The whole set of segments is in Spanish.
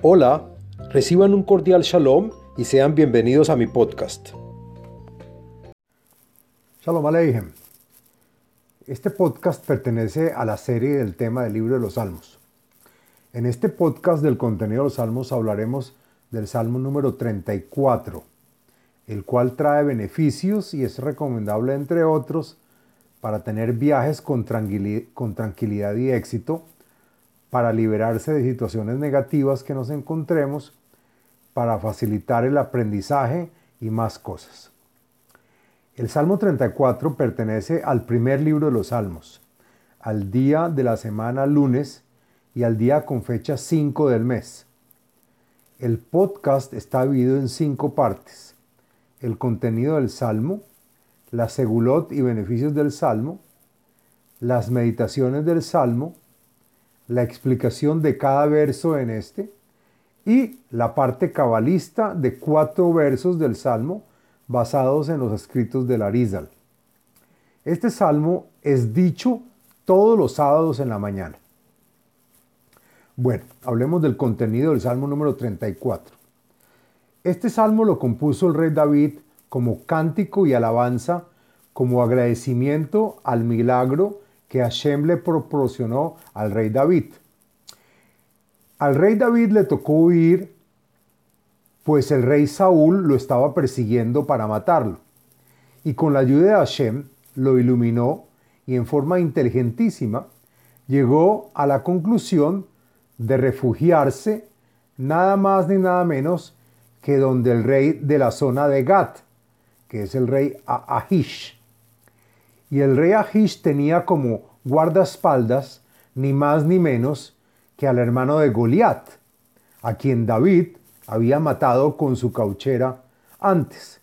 Hola, reciban un cordial shalom y sean bienvenidos a mi podcast. Shalom Aleichem. Este podcast pertenece a la serie del tema del libro de los Salmos. En este podcast del contenido de los Salmos hablaremos del Salmo número 34, el cual trae beneficios y es recomendable, entre otros, para tener viajes con tranquilidad y éxito, para liberarse de situaciones negativas que nos encontremos, para facilitar el aprendizaje y más cosas. El Salmo 34 pertenece al primer libro de los Salmos, al día de la semana lunes y al día con fecha 5 del mes. El podcast está dividido en 5 partes: el contenido del Salmo, la segulot y beneficios del Salmo, las meditaciones del Salmo, la explicación de cada verso en este y la parte cabalista de 4 versos del Salmo basados en los escritos del Arizal. Este Salmo es dicho todos los sábados en la mañana. Bueno, hablemos del contenido del Salmo número 34. Este Salmo lo compuso el rey David como cántico y alabanza, como agradecimiento al milagro que Hashem le proporcionó al rey David. Al rey David le tocó huir, pues el rey Saúl lo estaba persiguiendo para matarlo. Y con la ayuda de Hashem lo iluminó y en forma inteligentísima llegó a la conclusión de refugiarse nada más ni nada menos que donde el rey de la zona de Gat, que es el rey Ahish. Y el rey Ahish tenía como guardaespaldas ni más ni menos que al hermano de Goliat, a quien David había matado con su cauchera antes.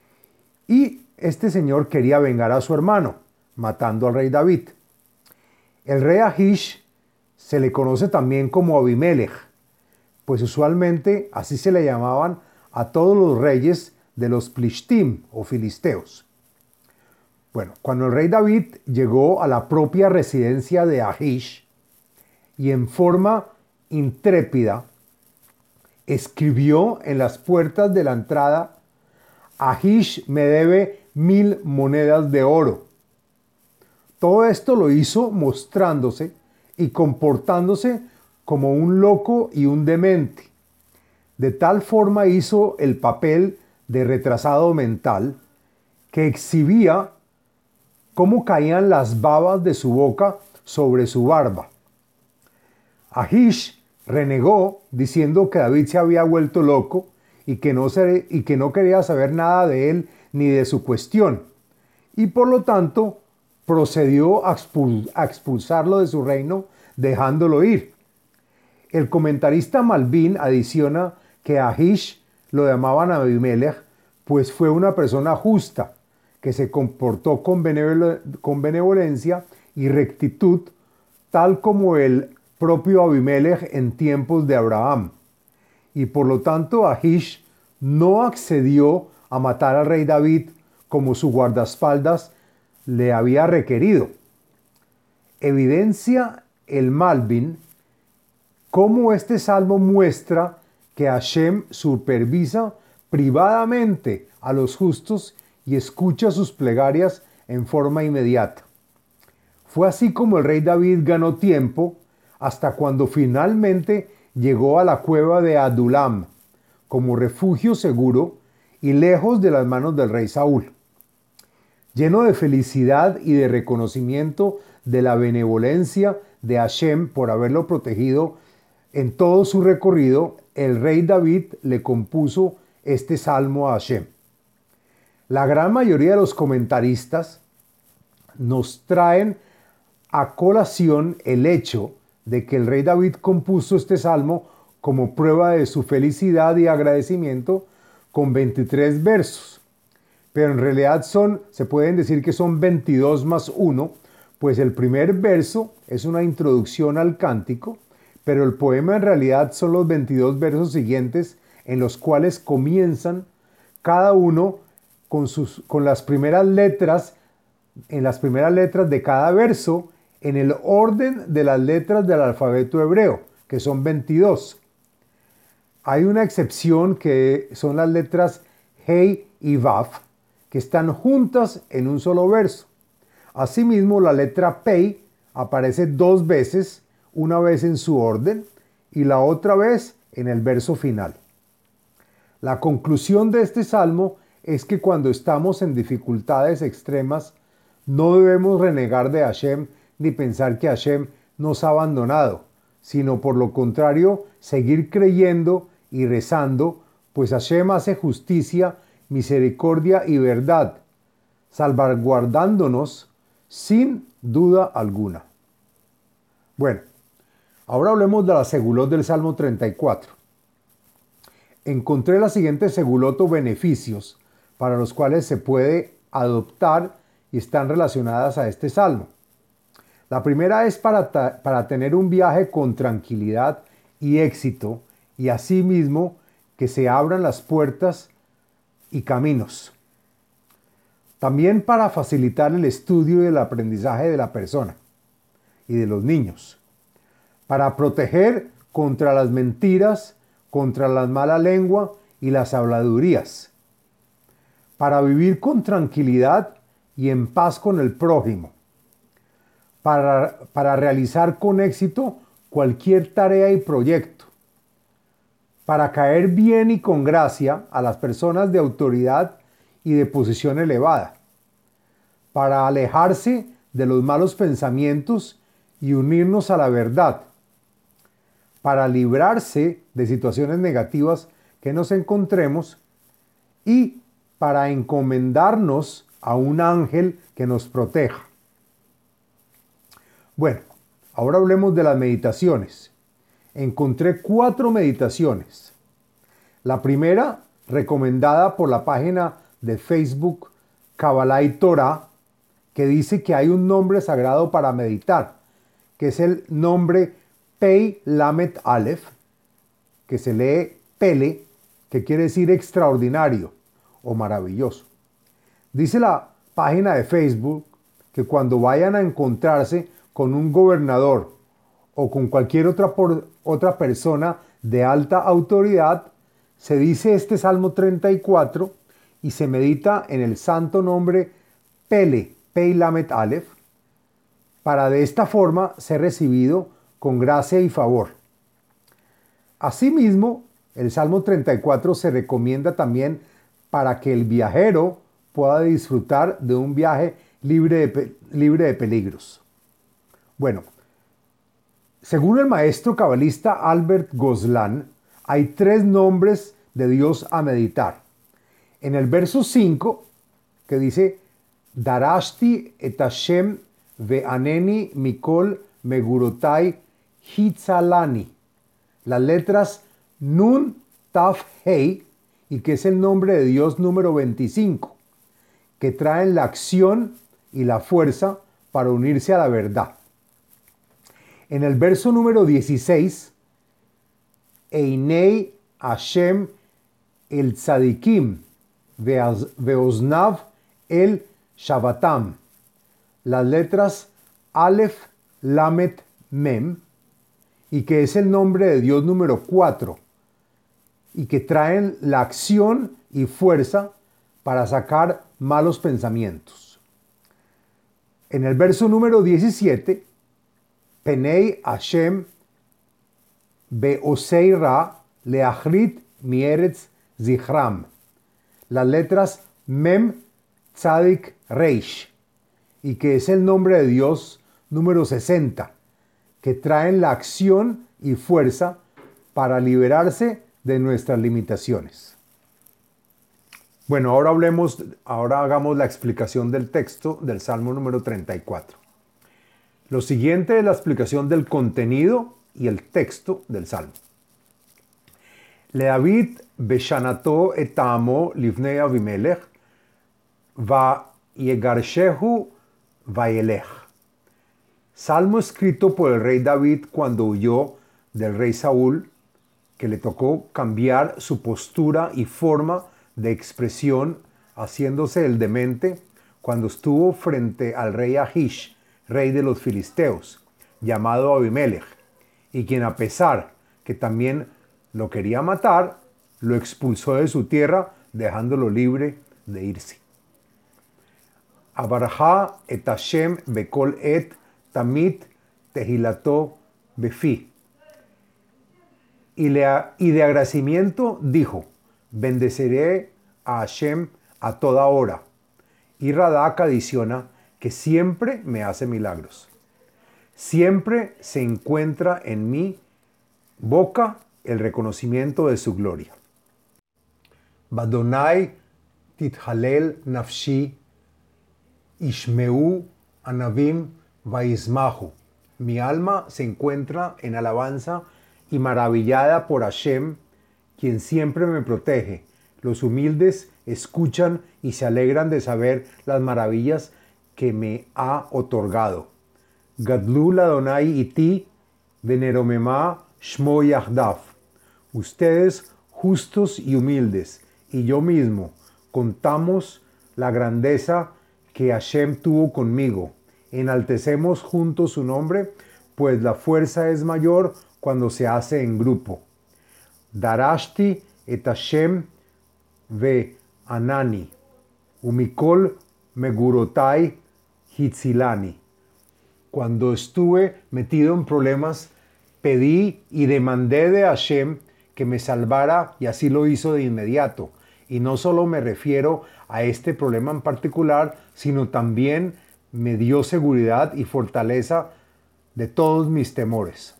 Y este señor quería vengar a su hermano, matando al rey David. El rey Ahish se le conoce también como Abimelech, pues usualmente así se le llamaban a todos los reyes de los Plishtim o filisteos. Bueno, cuando el rey David llegó a la propia residencia de Ahish y en forma intrépida escribió en las puertas de la entrada: Ahish me debe 1000 monedas de oro. Todo esto lo hizo mostrándose y comportándose como un loco y un demente. De tal forma hizo el papel de retrasado mental que exhibía cómo caían las babas de su boca sobre su barba. Ahish renegó diciendo que David se había vuelto loco y que no quería saber nada de él ni de su cuestión, y por lo tanto procedió a expulsarlo de su reino, dejándolo ir. El comentarista Malvin adiciona que a Ahish lo llamaban Abimelech, pues fue una persona justa, que se comportó con benevolencia y rectitud, tal como el propio Abimelech en tiempos de Abraham. Y por lo tanto Ahish no accedió a matar al rey David como su guardaespaldas le había requerido. Evidencia el Malvin cómo este salmo muestra que Hashem supervisa privadamente a los justos y escucha sus plegarias en forma inmediata. Fue así como el rey David ganó tiempo hasta cuando finalmente llegó a la cueva de Adulam como refugio seguro y lejos de las manos del rey Saúl. Lleno de felicidad y de reconocimiento de la benevolencia de Hashem por haberlo protegido en todo su recorrido, el rey David le compuso este salmo a Hashem. La gran mayoría de los comentaristas nos traen a colación el hecho de que el rey David compuso este salmo como prueba de su felicidad y agradecimiento con 23 versos. Pero en realidad se pueden decir que son 22 más 1, pues el primer verso es una introducción al cántico, pero el poema en realidad son los 22 versos siguientes en los cuales comienzan cada uno con las primeras letras, en las primeras letras de cada verso, en el orden de las letras del alfabeto hebreo, que son 22. Hay una excepción que son las letras Hei y Vaf, que están juntas en un solo verso. Asimismo, la letra Pei aparece dos veces, una vez en su orden y la otra vez en el verso final. La conclusión de este salmo es que cuando estamos en dificultades extremas, no debemos renegar de Hashem ni pensar que Hashem nos ha abandonado, sino por lo contrario, seguir creyendo y rezando, pues Hashem hace justicia, misericordia y verdad, salvaguardándonos sin duda alguna. Bueno, ahora hablemos de la segulot del Salmo 34. Encontré la siguiente segulot o beneficios para los cuales se puede adoptar y están relacionadas a este salmo. La primera es para tener un viaje con tranquilidad y éxito y asimismo que se abran las puertas y caminos. También para facilitar el estudio y el aprendizaje de la persona y de los niños. Para proteger contra las mentiras, contra la mala lengua y las habladurías. Para vivir con tranquilidad y en paz con el prójimo. Para realizar con éxito cualquier tarea y proyecto. Para caer bien y con gracia a las personas de autoridad y de posición elevada. Para alejarse de los malos pensamientos y unirnos a la verdad. Para librarse de situaciones negativas que nos encontremos y para encomendarnos a un ángel que nos proteja. Bueno, ahora hablemos de las meditaciones. Encontré 4 meditaciones. La primera, recomendada por la página de Facebook Kabbalah y Torah, que dice que hay un nombre sagrado para meditar, que es el nombre Pei Lamet Aleph, que se lee Pele, que quiere decir extraordinario o maravilloso. Dice la página de Facebook que cuando vayan a encontrarse con un gobernador o con cualquier otra persona de alta autoridad, se dice este Salmo 34 y se medita en el santo nombre Pele, Pei Lamet Aleph, para de esta forma ser recibido con gracia y favor. Asimismo, el Salmo 34 se recomienda también para que el viajero pueda disfrutar de un viaje libre de peligros. Bueno, según el maestro cabalista Albert Goslan, hay 3 nombres de Dios a meditar. En el verso 5, que dice, Darashti et Hashem ve'aneni mikol megurotai hitzalani. Las letras Nun, Taf, Hei, y que es el nombre de Dios número 25, que traen la acción y la fuerza para unirse a la verdad. En el verso número 16, Einei Hashem el Tzadikim veoznav el Shabbatam. Las letras Aleph, Lamet, Mem, y que es el nombre de Dios número 4, y que traen la acción y fuerza para sacar malos pensamientos. En el verso número 17, Penei Hashem be'osei ra leachrit mieretz zichram. Las letras Mem, Tzadik, Reish, y que es el nombre de Dios número 60, que traen la acción y fuerza para liberarse de nuestras limitaciones. Bueno, ahora hagamos la explicación del texto del Salmo número 34. Lo siguiente es la explicación del contenido y el texto del Salmo. Le David beshanato et amo livnei Avimelech va yegarshehu vayelech. Salmo escrito por el rey David cuando huyó del rey Saúl, que le tocó cambiar su postura y forma de expresión, haciéndose el demente cuando estuvo frente al rey Ahish, rey de los filisteos, llamado Abimelech, y quien a pesar que también lo quería matar, lo expulsó de su tierra, dejándolo libre de irse. Abarajá et Hashem bekol et tamit tehilató befi. Y de agradecimiento dijo, bendeciré a Hashem a toda hora. Y Radak adiciona que siempre me hace milagros. Siempre se encuentra en mi boca el reconocimiento de su gloria. Badonai tithalel nafshi ishmeu anavim vaismahu. Mi alma se encuentra en alabanza y maravillada por Hashem, quien siempre me protege. Los humildes escuchan y se alegran de saber las maravillas que me ha otorgado. Gadlul Adonai iti veneromema shmo yahdav. Ustedes, justos y humildes, y yo mismo, contamos la grandeza que Hashem tuvo conmigo. Enaltecemos juntos su nombre, pues la fuerza es mayor cuando se hace en grupo. Darashti et Hashem ve anani, umikol megurotai hitzilani. Cuando estuve metido en problemas, pedí y demandé de Hashem que me salvara, y así lo hizo de inmediato. Y no solo me refiero a este problema en particular, sino también me dio seguridad y fortaleza de todos mis temores.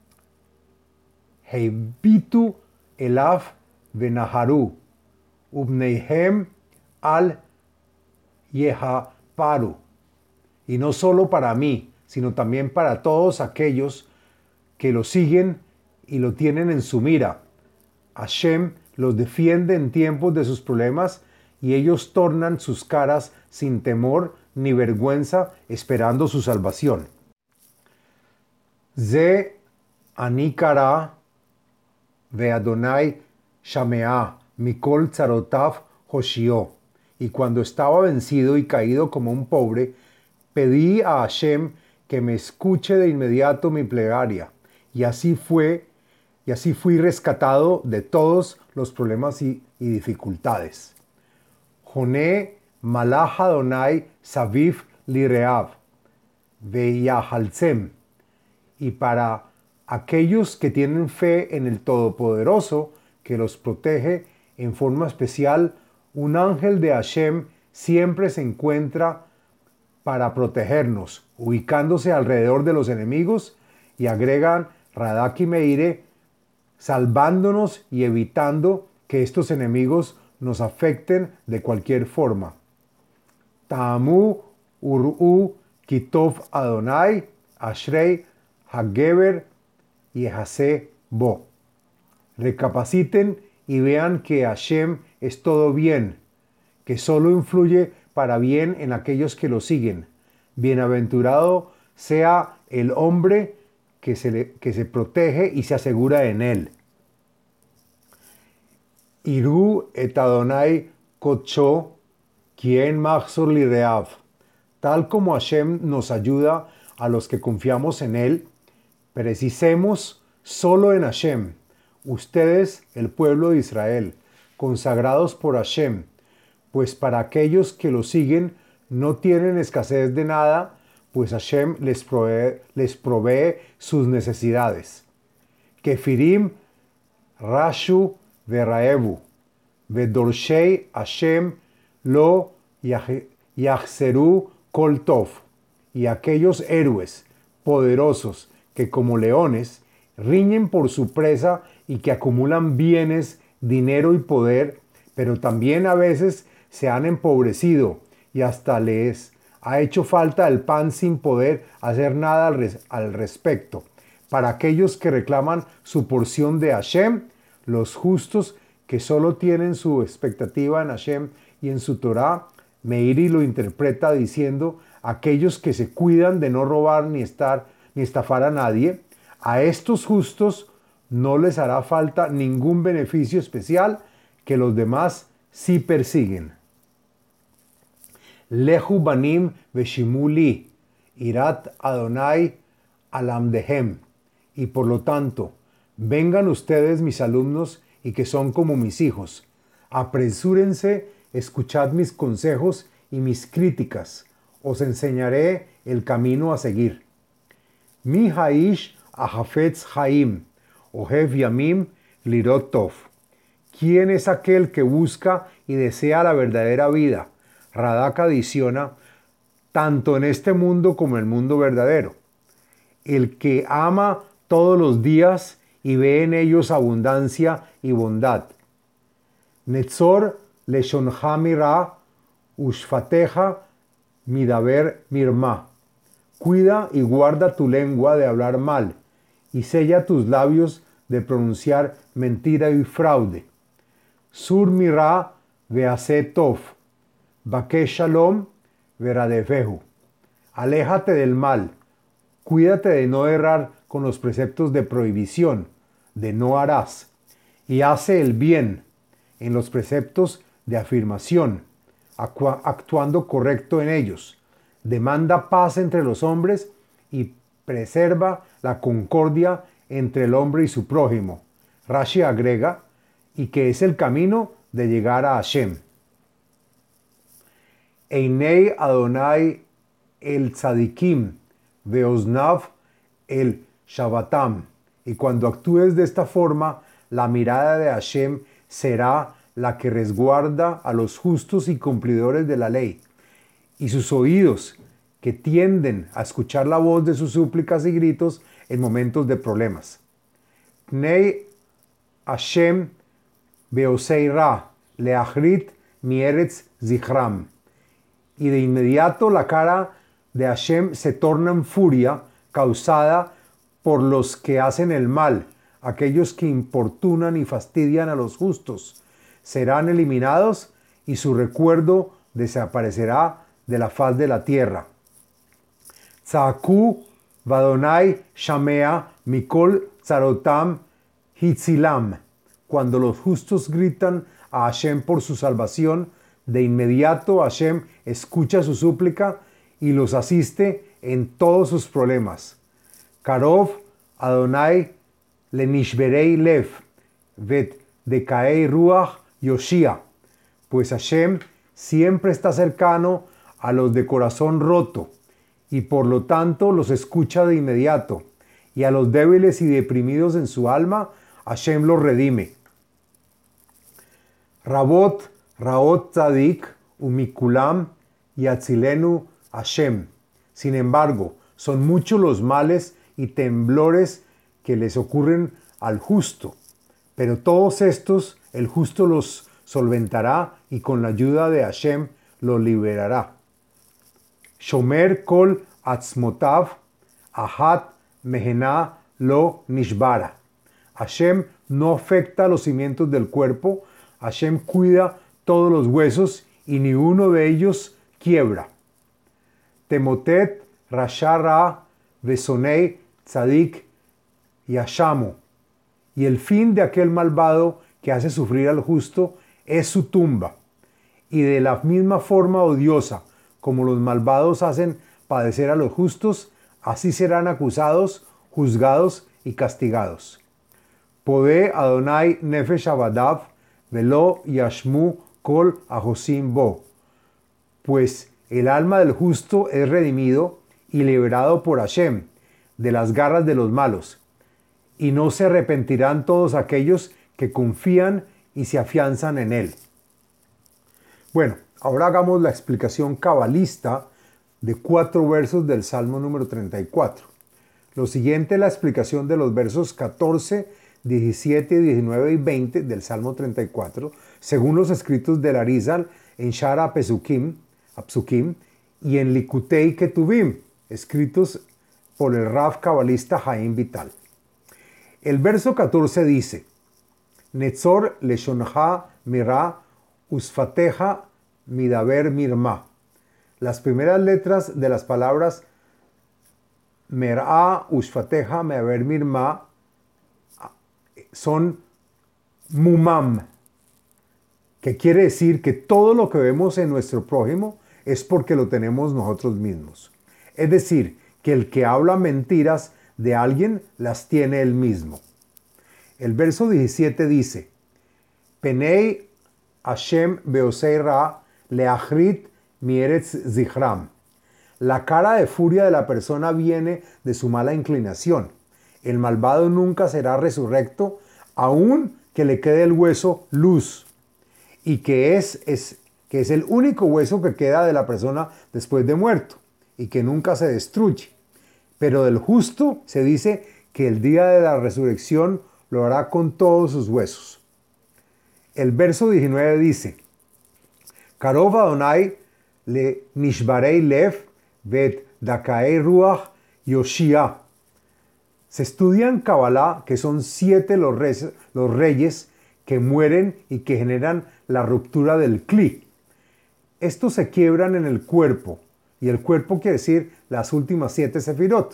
Heibitu elaf venaharu, ubneihem al yehaparu. Y no solo para mí, sino también para todos aquellos que lo siguen y lo tienen en su mira. Hashem los defiende en tiempos de sus problemas y ellos tornan sus caras sin temor ni vergüenza, esperando su salvación. Ze anikara ve Adonai shamea mikol tzarotav hoshio. Y cuando estaba vencido y caído como un pobre, pedí a Hashem que me escuche de inmediato mi plegaria. Y así fui rescatado de todos los problemas y dificultades. Joné malach Adonai saviv lireav veyahalzem. Y para aquellos que tienen fe en el Todopoderoso, que los protege en forma especial, un ángel de Hashem siempre se encuentra para protegernos, ubicándose alrededor de los enemigos, y agregan Radak y Meire, salvándonos y evitando que estos enemigos nos afecten de cualquier forma. Ta'amu ur'u kitov Adonai ashrei hageber yehase bo. Recapaciten y vean que Hashem es todo bien, que solo influye para bien en aquellos que lo siguen. Bienaventurado sea el hombre que se protege y se asegura en él. Iru et Adonai kocho quien machzor lireav. Tal como Hashem nos ayuda a los que confiamos en él, precisemos solo en Hashem. Ustedes, el pueblo de Israel, consagrados por Hashem, pues para aquellos que lo siguen no tienen escasez de nada, pues Hashem les provee sus necesidades. Kefirim rashu veraevu, vedorshei Hashem lo yachzeru kol tov. Y aquellos héroes poderosos que como leones riñen por su presa y que acumulan bienes, dinero y poder, pero también a veces se han empobrecido y hasta les ha hecho falta el pan sin poder hacer nada al respecto. Para aquellos que reclaman su porción de Hashem, los justos que solo tienen su expectativa en Hashem y en su Torah, Meiri lo interpreta diciendo: aquellos que se cuidan de no robar ni estafar a nadie, a estos justos no les hará falta ningún beneficio especial que los demás sí persiguen. Lehu banim veshimuli, irat Adonai alamdehem. Y por lo tanto, Vengan ustedes, mis alumnos, y que son como mis hijos. Apresúrense, escuchad mis consejos y mis críticas. Os enseñaré el camino a seguir. Mi haish ahafetz haim, ohev yamim lirot tov. ¿Quién es aquel que busca y desea la verdadera vida? Radak adiciona, tanto en este mundo como en el mundo verdadero. El que ama todos los días y ve en ellos abundancia y bondad. Netzor leshoncha mira, ushfateja midaber mirma. Cuida y guarda tu lengua de hablar mal, y sella tus labios de pronunciar mentira y fraude. Sur mira vease tov, bakesh shalom veradefehu. Aléjate del mal, cuídate de no errar con los preceptos de prohibición, de no harás, y hace el bien en los preceptos de afirmación, actuando correcto en ellos. Demanda paz entre los hombres y preserva la concordia entre el hombre y su prójimo. Rashi agrega, y que es el camino de llegar a Hashem. Einei Adonai el tzadikim, veoznav el Shabbatam. Y cuando actúes de esta forma, la mirada de Hashem será la que resguarda a los justos y cumplidores de la ley, y sus oídos, que tienden a escuchar la voz de sus súplicas y gritos en momentos de problemas. Pnei Hashem beosei ra, leachrit mieretz zichram. Y de inmediato la cara de Hashem se torna en furia causada por los que hacen el mal, aquellos que importunan y fastidian a los justos. Serán eliminados y su recuerdo desaparecerá de la faz de la tierra. Tzaku vadonai shamea mikol tzarotam hitzilam. Cuando los justos gritan a Hashem por su salvación, de inmediato Hashem escucha su súplica y los asiste en todos sus problemas. Karov Adonai lenishberei lev, vet dekaei ruach yoshia. Pues Hashem siempre está cercano a los de corazón roto, y por lo tanto los escucha de inmediato, y a los débiles y deprimidos en su alma, Hashem los redime. Rabot Raot Tzadik Umikulam Yatzilenu Hashem. Sin embargo, son muchos los males y temblores que les ocurren al justo, pero todos estos el justo los solventará y con la ayuda de Hashem los liberará. Shomer kol atzmotav ahat mehena lo nishbara. Hashem no afecta los cimientos del cuerpo, Hashem cuida todos los huesos y ni uno de ellos quiebra. Temotet Rashara Besonei Tzadik Yashamo. Y el fin de aquel malvado que hace sufrir al justo es su tumba. Y de la misma forma odiosa como los malvados hacen padecer a los justos, así serán acusados, juzgados y castigados. Podé Adonai Nefesh Abadav Velo Yashmu Kol Ahosim Bo. Pues el alma del justo es redimido y liberado por Hashem de las garras de los malos, y no se arrepentirán todos aquellos que confían y se afianzan en él. Bueno, ahora hagamos la explicación cabalista de 4 versos del Salmo número 34. Lo siguiente es la explicación de los versos 14, 17, 19 y 20 del Salmo 34, según los escritos del Arizal en Shara Psukim y en Likutei Ketuvim, escritos por el Rav cabalista Haim Vital. El verso 14 dice: Netzor leshoncha mira usfateja midaber mirma. Las primeras letras de las palabras mer'a usfateja midaber mirma son mumam, que quiere decir que todo lo que vemos en nuestro prójimo es porque lo tenemos nosotros mismos. Es decir, que el que habla mentiras de alguien las tiene él mismo. El verso 17 dice, Penei Hashem beosei ra leachrit mieretz zichram. La cara de furia de la persona viene de su mala inclinación. El malvado nunca será resurrecto, aun que le quede el hueso luz, y que es el único hueso que queda de la persona después de muerto, y que nunca se destruye. Pero del justo se dice que el día de la resurrección lo hará con todos sus huesos. El verso 19 dice, Karov Adonai le nishbarei lev vet dakaei ruach yoshia. Se estudia en Kabbalah que son 7 los reyes que mueren y que generan la ruptura del Kli. Estos se quiebran en el cuerpo, y el cuerpo quiere decir las últimas 7 sefirot.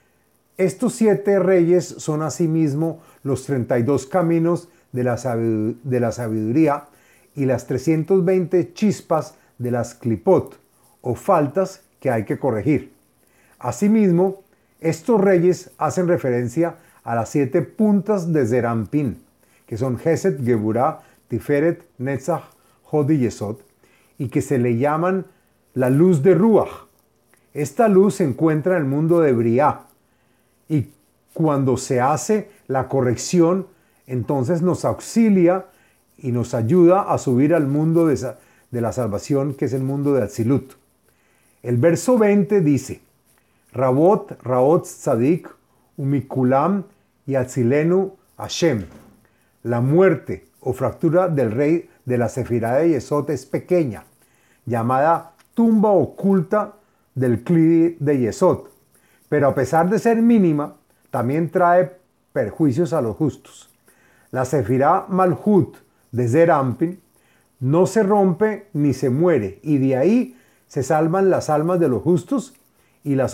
Estos 7 reyes son asimismo los 32 caminos de la sabiduría y las 320 chispas de las klipot, o faltas que hay que corregir. Asimismo, estos reyes hacen referencia a las 7 puntas de Zerampín, que son Gesed, Geburah, Tiferet, Netzach, Hod y Yesod, y que se le llaman la luz de Ruach. Esta luz se encuentra en el mundo de Briá, y cuando se hace la corrección, entonces nos auxilia y nos ayuda a subir al mundo de la salvación, que es el mundo de Atzilut. El verso 20 dice, Raot Tzadik, Umikulam y Atzilenu Hashem. La muerte o fractura del rey de la Sefirá de Yesod es pequeña, llamada tumba oculta del Kli de Yesod, pero a pesar de ser mínima, también trae perjuicios a los justos. La Sefirá Malhut de Zerampin no se rompe ni se muere, y de ahí se salvan las almas de los justos y de las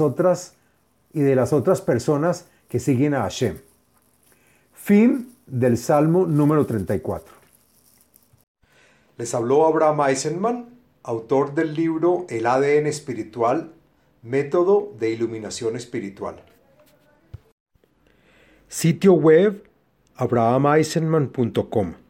otras personas que siguen a Hashem. Fin del Salmo número 34. Les habló Abraham Eisenman, autor del libro El ADN espiritual, método de iluminación espiritual. Sitio web abrahameisenman.com